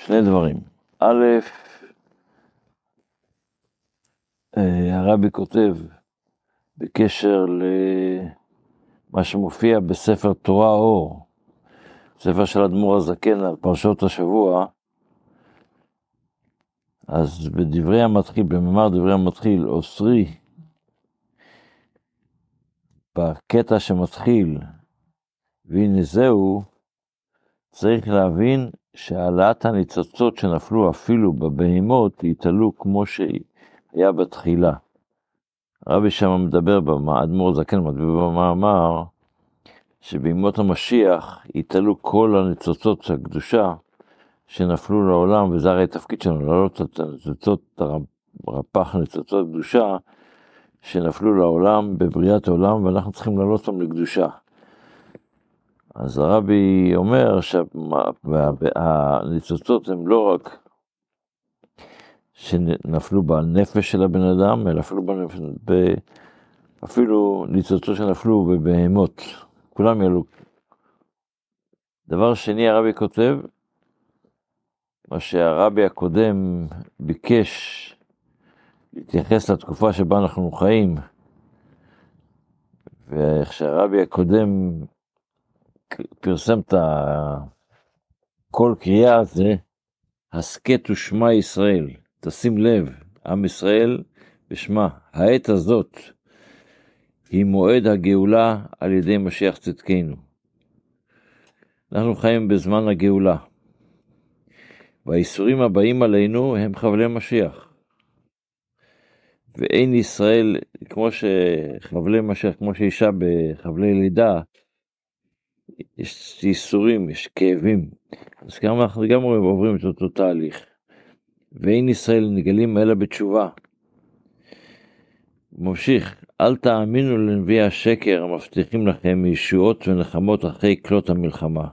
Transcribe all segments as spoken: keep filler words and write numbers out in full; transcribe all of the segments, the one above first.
שני דברים. א', הרבי כותב בקשר למה שמופיע בספר תורה אור, ספר של אדמו"ר הזקן על פרשות השבוע, אז בדברי המתחיל, במאמר דברי המתחיל, אוסרי, בקטע שמתחיל, והנה זהו, צריך להבין שהעלאת הניצוצות שנפלו אפילו בבהמות, יתעלו כמו שהיה בתחילה. הרבי שם מדבר, האדמו"ר הזקן מדבר במאמר, שבימות המשיח יתעלו כל הניצוצות של הקדושה שנפלו לעולם, וזה הרי התפקיד שלנו, לעלות את הניצוצות, הרפ"ח ניצוצות קדושה, שנפלו לעולם בבריאת העולם, ואנחנו צריכים לעלות אותם לקדושה. אז הרבי אומר שהניצוצות הם לא רק שנפלו בנפש של הבן אדם, אלא אפילו, בנפש, אפילו ניצוצות שנפלו בבהמות, כולם יעלו. דבר שני, הרבי כותב, מה שהרבי הקודם ביקש להתייחס לתקופה שבה אנחנו חיים, ואיך שהרבי הקודם פרסם את כל קריאה הזה, הסקט ושמע ישראל, תשים לב, עם ישראל ושמע, העת הזאת היא מועד הגאולה על ידי משיח צדקנו. אנחנו חיים בזמן הגאולה, והאיסורים הבאים עלינו הם חבלי משיח. ואין ישראל, כמו שחבלי משיח, כמו שאישה בחבלי לידה, יש איסורים, יש כאבים. אז גם אנחנו גם עוברים את אותו תהליך. ואין ישראל נגלים אלא בתשובה. ממשיך, אל תאמינו לנביאי השקר המבטיחים לכם ישועות ונחמות אחרי כלות המלחמה.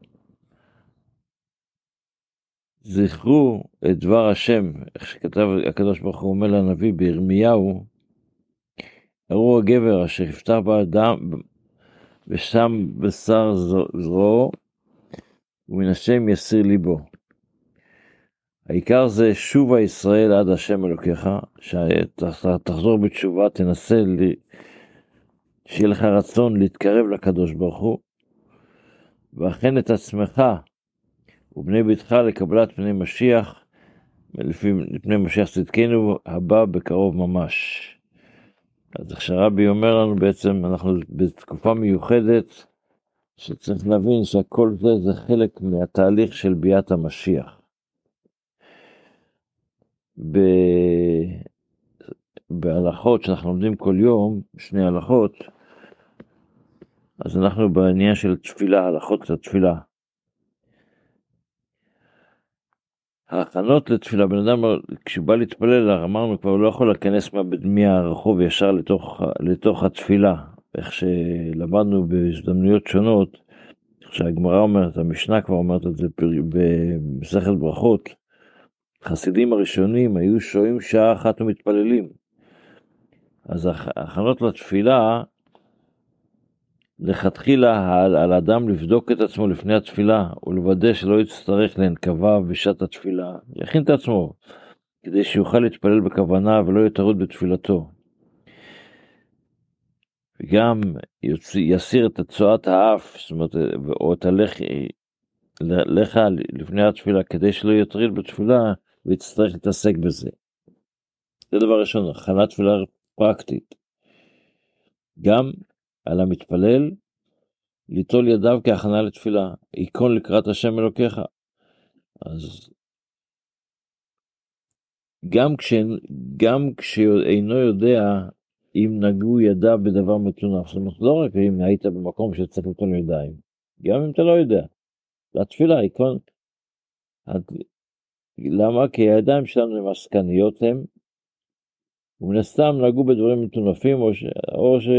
זכרו את דבר השם, איך שכתב הקדוש ברוך הוא אומר לנביא בירמיהו, הראו הגבר אשר יפתח באדם ושם בשר זרועו, ומן השם יסיר ליבו. העיקר זה שובה ישראל עד השם אלוקיך, שתחזור בתשובה, תנסה לי, שיהיה לך רצון להתקרב לקדוש ברוך הוא, ואכן את עצמך ובני ביתך לקבלת פני משיח, לפי פני משיח צדקנו הבא בקרוב ממש. אז עכשיו רבי אומר לנו בעצם, אנחנו בתקופה מיוחדת, שצריך להבין שהכל זה זה חלק מהתהליך של ביאת המשיח. ב... בהלכות שאנחנו לומדים כל יום, שני הלכות, אז אנחנו בעניין של תפילה, הלכות לתפילה. ההכנות לתפילה, בן אדם כשהוא בא להתפלל, אמרנו כבר, הוא לא יכול להיכנס מהרחוב ישר לתוך, לתוך התפילה, איך שלמדנו בהזדמנויות שונות, שהגמרא אומרת, המשנה כבר אומרת את זה במסכת ברכות, חסידים הראשונים היו שוהים שעה אחת ומתפללים. אז ההכנות לתפילה, לכתחילה על, על אדם לבדוק את עצמו לפני התפילה, ולוודא שלא יצטרך להנקבה בשעת התפילה, יכין את עצמו, כדי שיוכל להתפלל בכוונה ולא יטרוד בתפילתו. וגם יוצא, יסיר את צואת האף, זאת אומרת, או את הלחי, לך לפני התפילה, כדי שלא יטריד בתפילה, ויצטרך להתעסק בזה. זה דבר ראשון, הכנת תפילה פרקטית. גם על המתפלל, ליטול ידיו כהכנה לתפילה, עיקון לקראת השם אלוקיך. אז גם, כש, גם כשאינו יודע אם נגעו ידיו בדבר מטונף, זאת אומרת, לא רק אם היית במקום שצריך ליטול ידיים, גם אם אתה לא יודע, לתפילה, עיקון, למה? כי הידיים שלנו הם עסקניות הם, ומן הסתם נגעו בדברים מטונפים, או ש... או ש...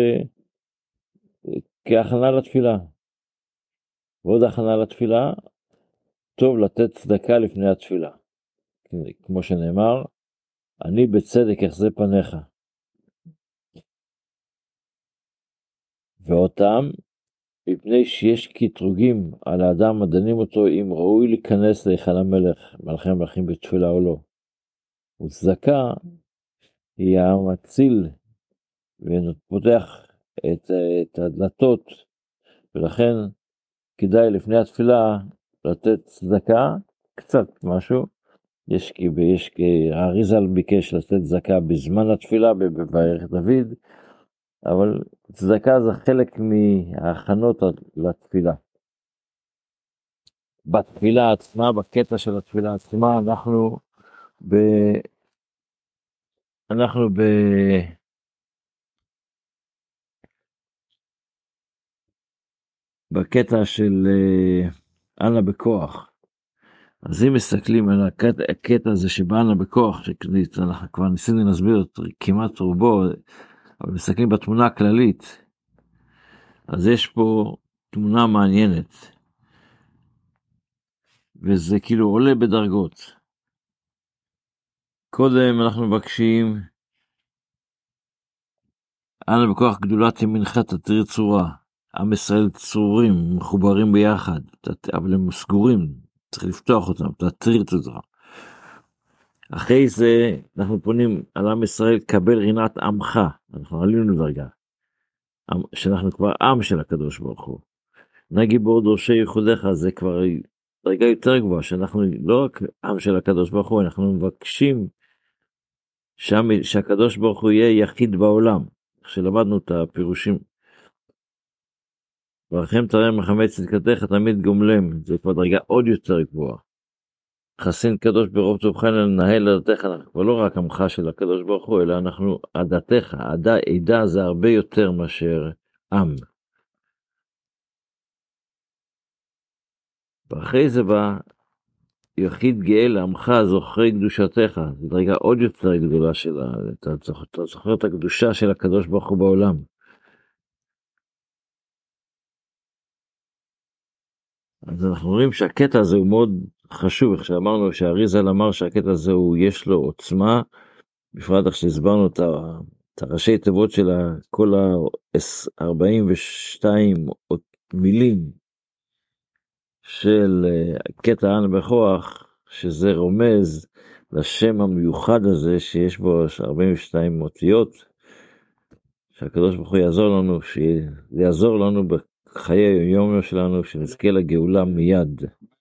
כהכנה לתפילה. ועוד הכנה לתפילה, טוב לתת צדקה לפני התפילה. כמו שנאמר, אני בצדק אחזה פניך. ואותם, מפני שיש קטרוגים על האדם הדנים אותו אם ראוי להיכנס להיכל המלך, מלכי המלכים בתפילה או לא. וצדקה היא המציל ופותח את, את הדלתות, ולכן כדאי לפני התפילה לתת צדקה, קצת משהו. יש כי יש כי האריזל ביקש לתת צדקה בזמן התפילה בברך דוד, אבל צדקה זה חלק מההכנות לתפילה. בתפילה עצמה, בקטע של התפילה עצמה, אנחנו ב אנחנו ב בקטע של אנה בכוח. אז אם מסתכלים על הקטע, הקטע הזה שבאנה בכוח, שאנחנו כבר ניסינו להסביר אותו כמעט רובו, אבל מסתכלים בתמונה הכללית, אז יש פה תמונה מעניינת, וזה כאילו עולה בדרגות. קודם אנחנו מבקשים, אנה בכוח גדולת ימינך תתיר צורה, עם ישראל צרורים, מחוברים ביחד, אבל הם סגורים, צריך לפתוח אותם, תתיר צורה. אחרי זה אנחנו פונים על עם ישראל, קבל רינת עמך, אנחנו עלינו לדרגה, שאנחנו כבר עם של הקדוש ברוך הוא. נגי בו דורשי ייחודיך, זה כבר דרגה יותר גבוהה, שאנחנו לא רק עם של הקדוש ברוך הוא, אנחנו מבקשים שם, שהקדוש ברוך הוא יהיה יחיד בעולם, כשלמדנו את הפירושים. ברכם תראה מחמד צדקתך תמיד גומלם, זה כבר דרגה עוד יותר גבוהה. חסין קדוש ברוב טובך לנהל עדתך, אנחנו כבר לא רק עמך של הקדוש ברוך הוא, אלא אנחנו עדתך, עדה, עדה זה הרבה יותר מאשר עם. ואחרי זה בא, יחיד גאה לעמך זוכרי קדושתך, זו דרגה עוד יותר גדולה שלה, אתה זוכר את הקדושה של הקדוש ברוך הוא בעולם. אז אנחנו רואים שהקטע הזה הוא מאוד חשוב, איך שאמרנו שהאריזל אמר שהקטע הזה הוא, יש לו עוצמה, בפרט איך שהסברנו את, את הראשי תיבות של כל ה-ארבעים ושתיים מילים של קטע אנה בכוח, שזה רומז לשם המיוחד הזה שיש בו ארבעים ושתיים אותיות, שהקדוש ברוך הוא יעזור לנו, שיעזור לנו בחיי היום שלנו, שנזכה לגאולה מיד.